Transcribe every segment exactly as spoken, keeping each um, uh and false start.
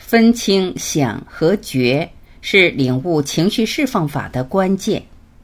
分清想和觉是领悟情绪释放法的关键。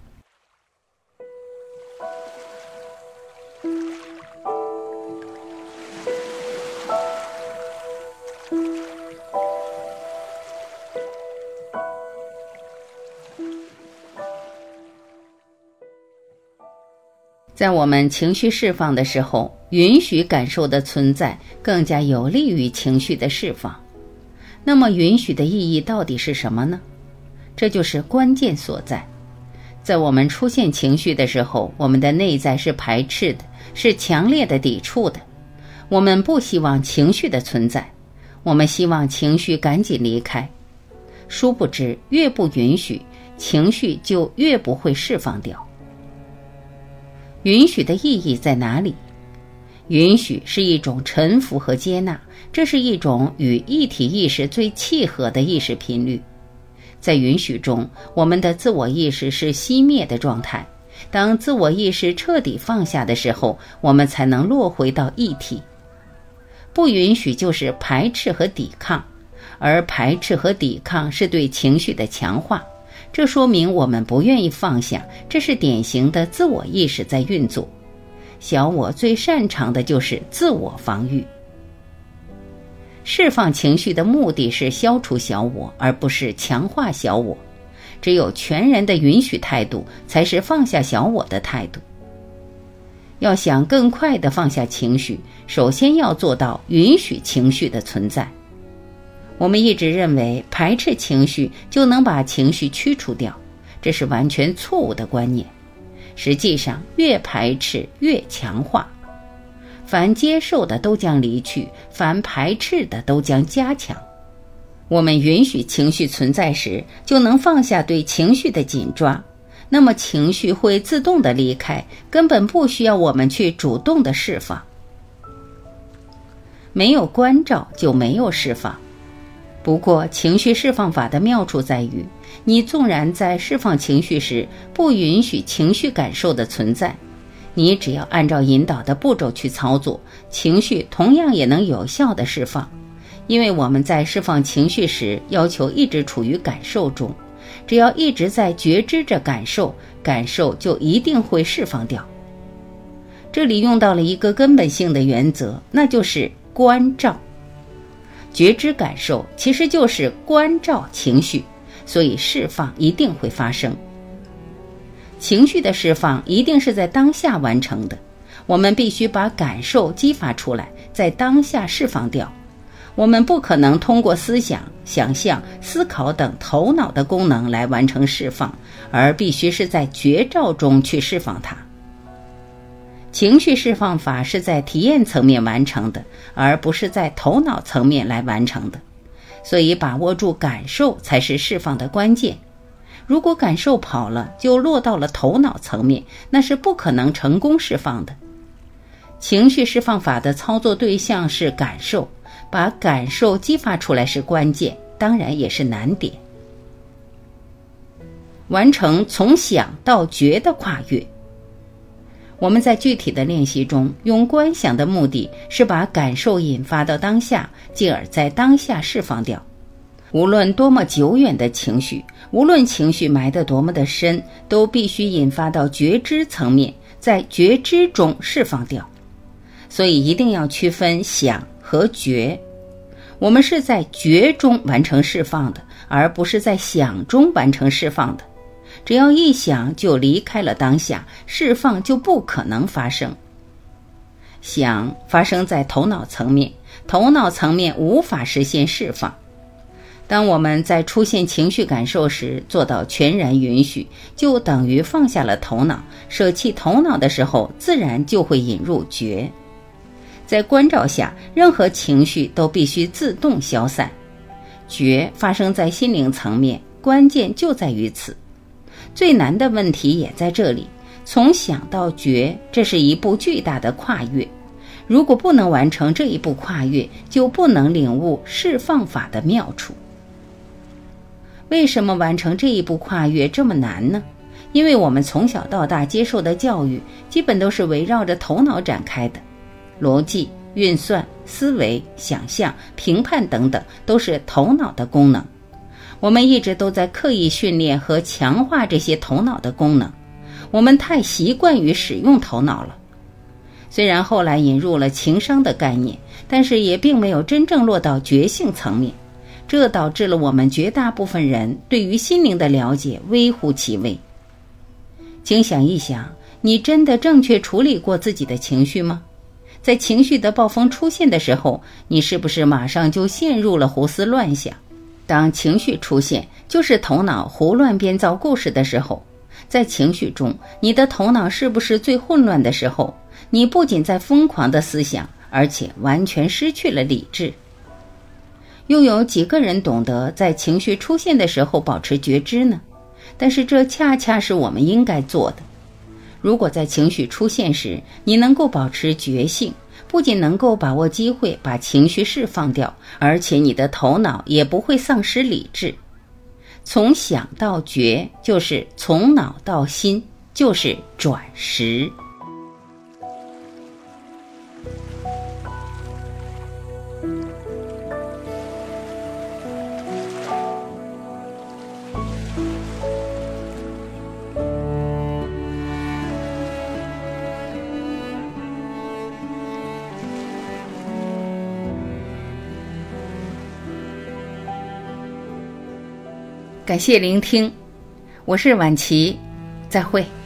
在我们情绪释放的时候，允许感受的存在更加有利于情绪的释放。那么允许的意义到底是什么呢？这就是关键所在。在我们出现情绪的时候，我们的内在是排斥的，是强烈的抵触的。我们不希望情绪的存在，我们希望情绪赶紧离开。殊不知，越不允许，情绪就越不会释放掉。允许的意义在哪里？允许是一种臣服和接纳，这是一种与一体意识最契合的意识频率。在允许中，我们的自我意识是熄灭的状态。当自我意识彻底放下的时候，我们才能落回到一体。不允许就是排斥和抵抗，而排斥和抵抗是对情绪的强化。这说明我们不愿意放下，这是典型的自我意识在运作。小我最擅长的就是自我防御。释放情绪的目的是消除小我，而不是强化小我。只有全然的允许态度，才是放下小我的态度。要想更快地放下情绪，首先要做到允许情绪的存在。我们一直认为排斥情绪就能把情绪驱除掉，这是完全错误的观念。实际上，越排斥越强化。凡接受的都将离去，凡排斥的都将加强。我们允许情绪存在时，就能放下对情绪的紧抓，那么情绪会自动的离开，根本不需要我们去主动的释放。没有关照就没有释放。不过情绪释放法的妙处在于，你纵然在释放情绪时不允许情绪感受的存在，你只要按照引导的步骤去操作，情绪同样也能有效的释放。因为我们在释放情绪时要求一直处于感受中，只要一直在觉知着感受，感受就一定会释放掉。这里用到了一个根本性的原则，那就是关照。觉知感受其实就是关照情绪，所以释放一定会发生。情绪的释放一定是在当下完成的，我们必须把感受激发出来，在当下释放掉。我们不可能通过思想、想象、思考等头脑的功能来完成释放，而必须是在觉照中去释放它。情绪释放法是在体验层面完成的，而不是在头脑层面来完成的。所以把握住感受才是释放的关键。如果感受跑了，就落到了头脑层面，那是不可能成功释放的。情绪释放法的操作对象是感受，把感受激发出来是关键，当然也是难点。完成从想到觉的跨越。我们在具体的练习中，用观想的目的是把感受引发到当下，进而在当下释放掉。无论多么久远的情绪，无论情绪埋得多么的深，都必须引发到觉知层面，在觉知中释放掉。所以一定要区分想和觉。我们是在觉中完成释放的，而不是在想中完成释放的。只要一想就离开了当下，释放就不可能发生。想发生在头脑层面，头脑层面无法实现释放。当我们在出现情绪感受时做到全然允许，就等于放下了头脑，舍弃头脑的时候，自然就会引入觉。在关照下，任何情绪都必须自动消散。觉发生在心灵层面，关键就在于此。最难的问题也在这里，从想到觉，这是一步巨大的跨越。如果不能完成这一步跨越，就不能领悟释放法的妙处。为什么完成这一步跨越这么难呢？因为我们从小到大接受的教育基本都是围绕着头脑展开的，逻辑、 运算、思维、想象、评判等等，都是头脑的功能。我们一直都在刻意训练和强化这些头脑的功能，我们太习惯于使用头脑了。虽然后来引入了情商的概念，但是也并没有真正落到觉性层面，这导致了我们绝大部分人对于心灵的了解微乎其微。请想一想，你真的正确处理过自己的情绪吗？在情绪的暴风出现的时候，你是不是马上就陷入了胡思乱想？当情绪出现，就是头脑胡乱编造故事的时候。在情绪中，你的头脑是不是最混乱的时候？你不仅在疯狂的思想，而且完全失去了理智。又有几个人懂得在情绪出现的时候保持觉知呢？但是这恰恰是我们应该做的。如果在情绪出现时，你能够保持觉性，不仅能够把握机会把情绪释放掉，而且你的头脑也不会丧失理智。从想到觉，就是从脑到心，就是转识。感谢聆听，我是婉琪，再会。